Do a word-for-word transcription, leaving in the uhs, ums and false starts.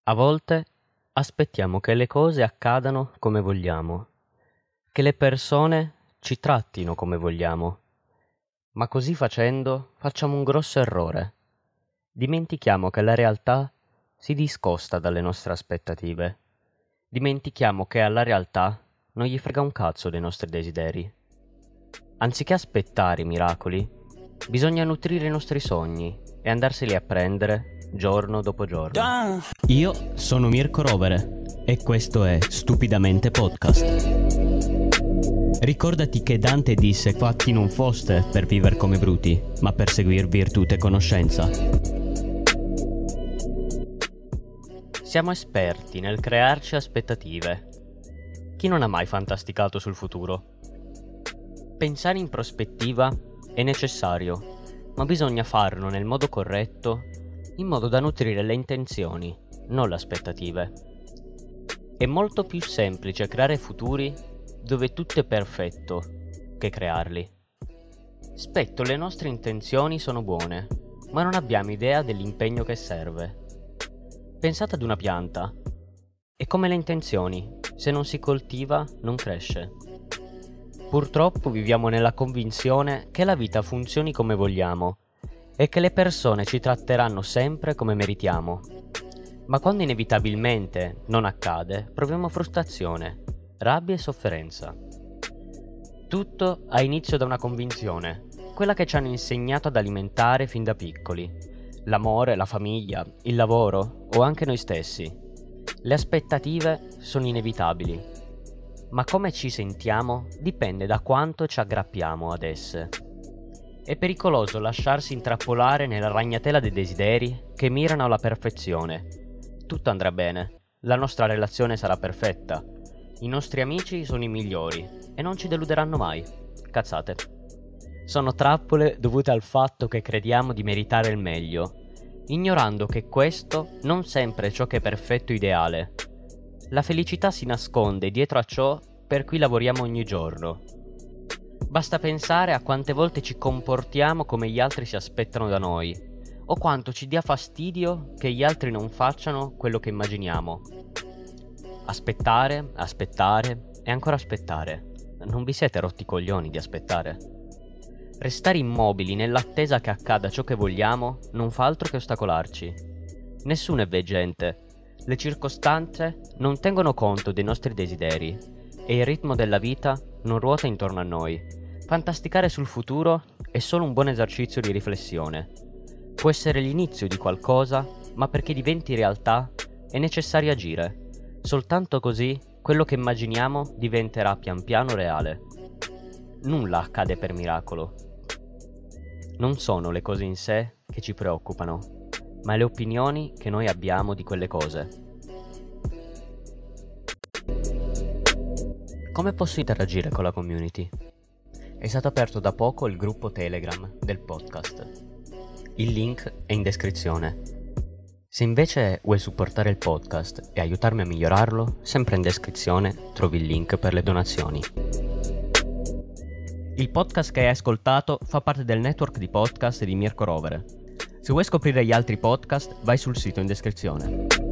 A volte aspettiamo che le cose accadano come vogliamo, che le persone ci trattino come vogliamo, ma così facendo facciamo un grosso errore. Dimentichiamo che la realtà si discosta dalle nostre aspettative. Dimentichiamo che alla realtà non gli frega un cazzo dei nostri desideri. Anziché aspettare i miracoli, bisogna nutrire i nostri sogni e andarseli a prendere giorno dopo giorno. Io sono Mirko Rovere e questo è Stupidamente Podcast. Ricordati che Dante disse: fatti non foste per vivere come bruti, ma per seguir virtù e conoscenza. Siamo esperti nel crearci aspettative. Chi non ha mai fantasticato sul futuro? Pensare in prospettiva è necessario, ma bisogna farlo nel modo corretto, in modo da nutrire le intenzioni, non le aspettative. È molto più semplice creare futuri dove tutto è perfetto che crearli. Spesso le nostre intenzioni sono buone, ma non abbiamo idea dell'impegno che serve. Pensate ad una pianta. È come le intenzioni, se non si coltiva non cresce. Purtroppo viviamo nella convinzione che la vita funzioni come vogliamo e che le persone ci tratteranno sempre come meritiamo. Ma quando inevitabilmente non accade, proviamo frustrazione, rabbia e sofferenza. Tutto ha inizio da una convinzione, quella che ci hanno insegnato ad alimentare fin da piccoli. L'amore, la famiglia, il lavoro o anche noi stessi. Le aspettative sono inevitabili, ma come ci sentiamo dipende da quanto ci aggrappiamo ad esse. È pericoloso lasciarsi intrappolare nella ragnatela dei desideri che mirano alla perfezione. Tutto andrà bene, la nostra relazione sarà perfetta, i nostri amici sono i migliori e non ci deluderanno mai. Cazzate. Sono trappole dovute al fatto che crediamo di meritare il meglio, ignorando che questo non sempre è ciò che è perfetto e ideale. La felicità si nasconde dietro a ciò per cui lavoriamo ogni giorno. Basta pensare a quante volte ci comportiamo come gli altri si aspettano da noi, o quanto ci dia fastidio che gli altri non facciano quello che immaginiamo. Aspettare, aspettare e ancora aspettare. Non vi siete rotti i coglioni di aspettare? Restare immobili nell'attesa che accada ciò che vogliamo non fa altro che ostacolarci. Nessuno è veggente. Le circostanze non tengono conto dei nostri desideri e il ritmo della vita non ruota intorno a noi. Fantasticare sul futuro è solo un buon esercizio di riflessione. Può essere l'inizio di qualcosa, ma perché diventi realtà è necessario agire. Soltanto così quello che immaginiamo diventerà pian piano reale. Nulla accade per miracolo. Non sono le cose in sé che ci preoccupano, ma le opinioni che noi abbiamo di quelle cose. Come posso interagire con la community? È stato aperto da poco il gruppo Telegram del podcast. Il link è in descrizione. Se invece vuoi supportare il podcast e aiutarmi a migliorarlo, sempre in descrizione trovi il link per le donazioni. Il podcast che hai ascoltato fa parte del network di podcast di Mirko Rovere. Se vuoi scoprire gli altri podcast, vai sul sito in descrizione.